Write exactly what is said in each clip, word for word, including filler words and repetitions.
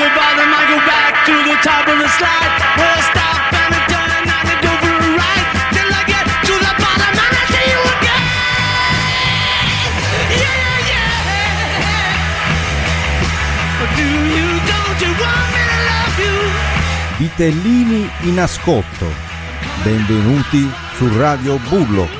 the bottom, I go back to the top of the slide. Where I stop and I turn and I go for a ride. Till I get to the bottom and I see you again. Yeah, yeah. But do you, don't you want me to love you? Vitellini in ascolto. Benvenuti su Radio Bullocks.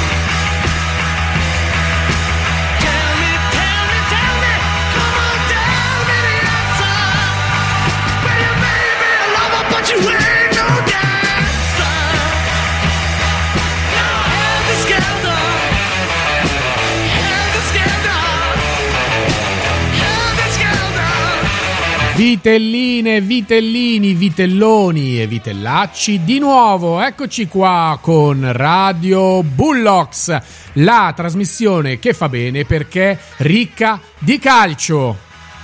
Vitelline, vitellini, vitelloni e vitellacci, di nuovo eccoci qua con Radio Bullocks, la trasmissione che fa bene perché ricca di calcio.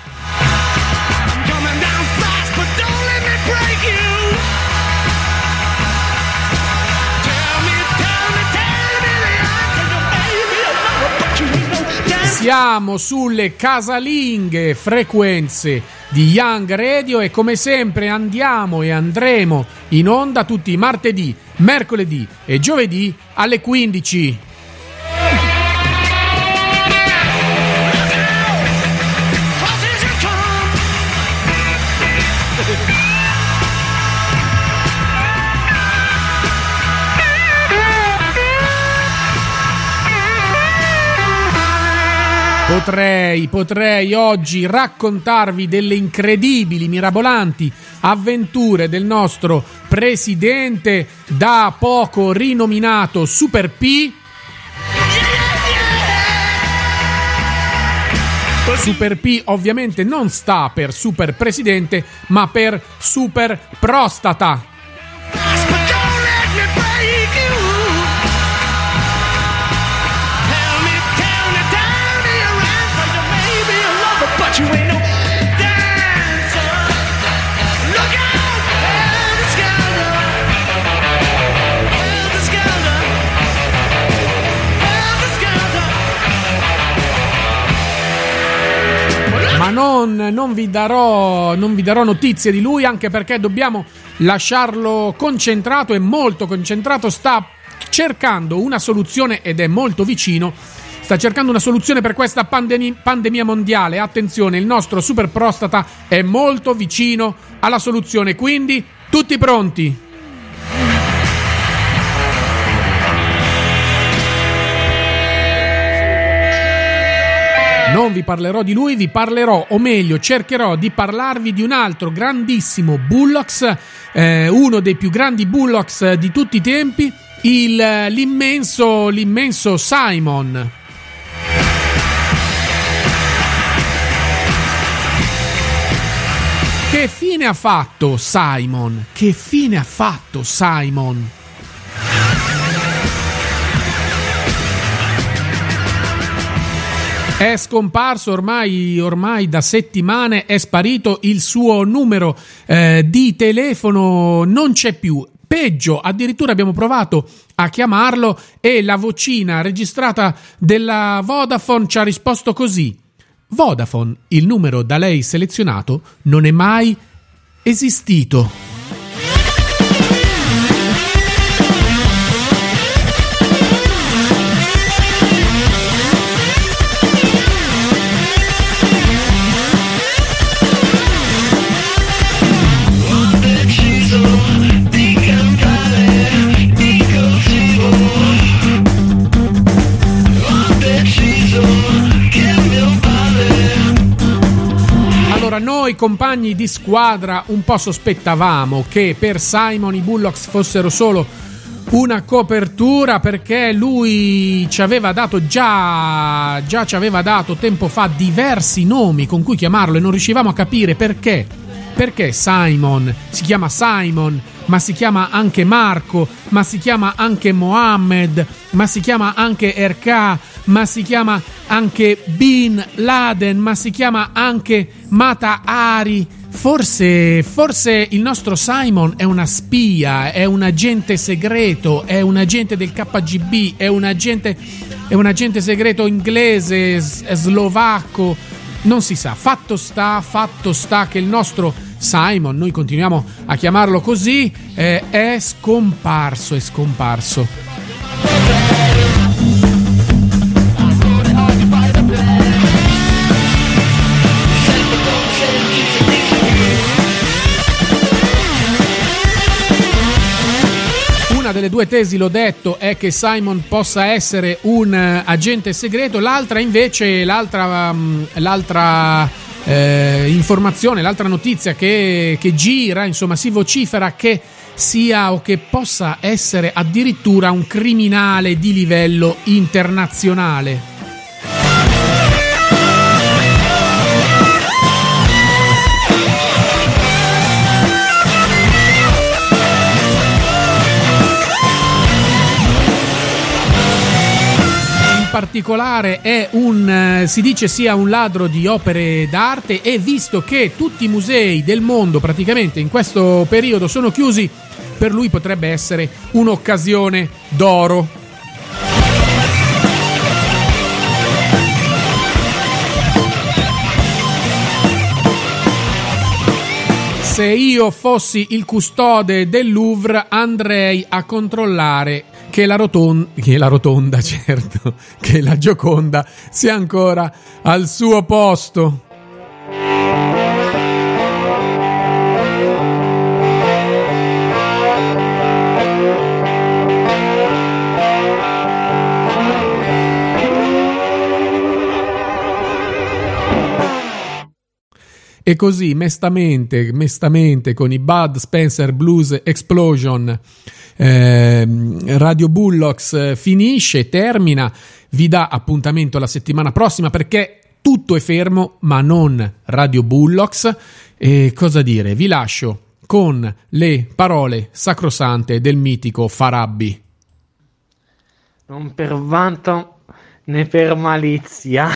Siamo sulle casalinghe frequenze di Young Radio e come sempre andiamo e andremo in onda tutti i martedì, mercoledì e giovedì alle quindici. Potrei, potrei oggi raccontarvi delle incredibili, mirabolanti avventure del nostro presidente da poco rinominato Super P. Super P ovviamente non sta per super presidente, ma per super prostata. Ma non, non vi darò, non vi darò notizie di lui, anche perché dobbiamo lasciarlo concentrato e molto concentrato. Sta cercando una soluzione ed è molto vicino. Sta cercando una soluzione per questa pandemia, pandemia mondiale. Attenzione, il nostro super prostata è molto vicino alla soluzione, quindi tutti pronti. Non vi parlerò di lui, vi parlerò, o meglio, cercherò di parlarvi di un altro grandissimo Bullocks, eh, uno dei più grandi Bullocks di tutti i tempi, il, l'immenso, l'immenso Simon. Che fine ha fatto Simon? Che fine ha fatto Simon? È scomparso ormai, ormai da settimane, è sparito il suo numero eh, di telefono, non c'è più. Peggio, addirittura abbiamo provato a chiamarlo e la vocina registrata della Vodafone ci ha risposto così: Vodafone, il numero da lei selezionato non è mai esistito. Noi compagni di squadra un po' sospettavamo che per Simon i Bullocks fossero solo una copertura, perché lui ci aveva dato già già ci aveva dato tempo fa diversi nomi con cui chiamarlo e non riuscivamo a capire perché perché Simon si chiama Simon, ma si chiama anche Marco, ma si chiama anche Mohammed, ma si chiama anche Erka, ma si chiama anche Bin Laden, ma si chiama anche Mata Hari. Forse, forse il nostro Simon è una spia, è un agente segreto, è un agente del K G B, è un agente, è un agente segreto inglese, s- slovacco. non si sa. Fatto sta, fatto sta che il nostro Simon, noi continuiamo a chiamarlo così, eh, è scomparso, è scomparso. Una delle due tesi, l'ho detto, è che Simon possa essere un uh, agente segreto, l'altra invece, l'altra, um, l'altra eh, informazione, l'altra notizia che, che gira, insomma, si vocifera che sia o che possa essere addirittura un criminale di livello internazionale. In particolare è un, si dice sia un ladro di opere d'arte, e visto che tutti i musei del mondo praticamente in questo periodo sono chiusi, per lui potrebbe essere un'occasione d'oro. Se io fossi il custode del Louvre andrei a controllare che la rotonda, che la rotonda, certo, che la Gioconda sia ancora al suo posto. E così, mestamente, mestamente, con i Bud Spencer Blues Explosion, eh, Radio Bullocks eh, finisce, termina, vi dà appuntamento la settimana prossima perché tutto è fermo, ma non Radio Bullocks. E cosa dire? Vi lascio con le parole sacrosante del mitico Farabbi. Non per vanto né per malizia.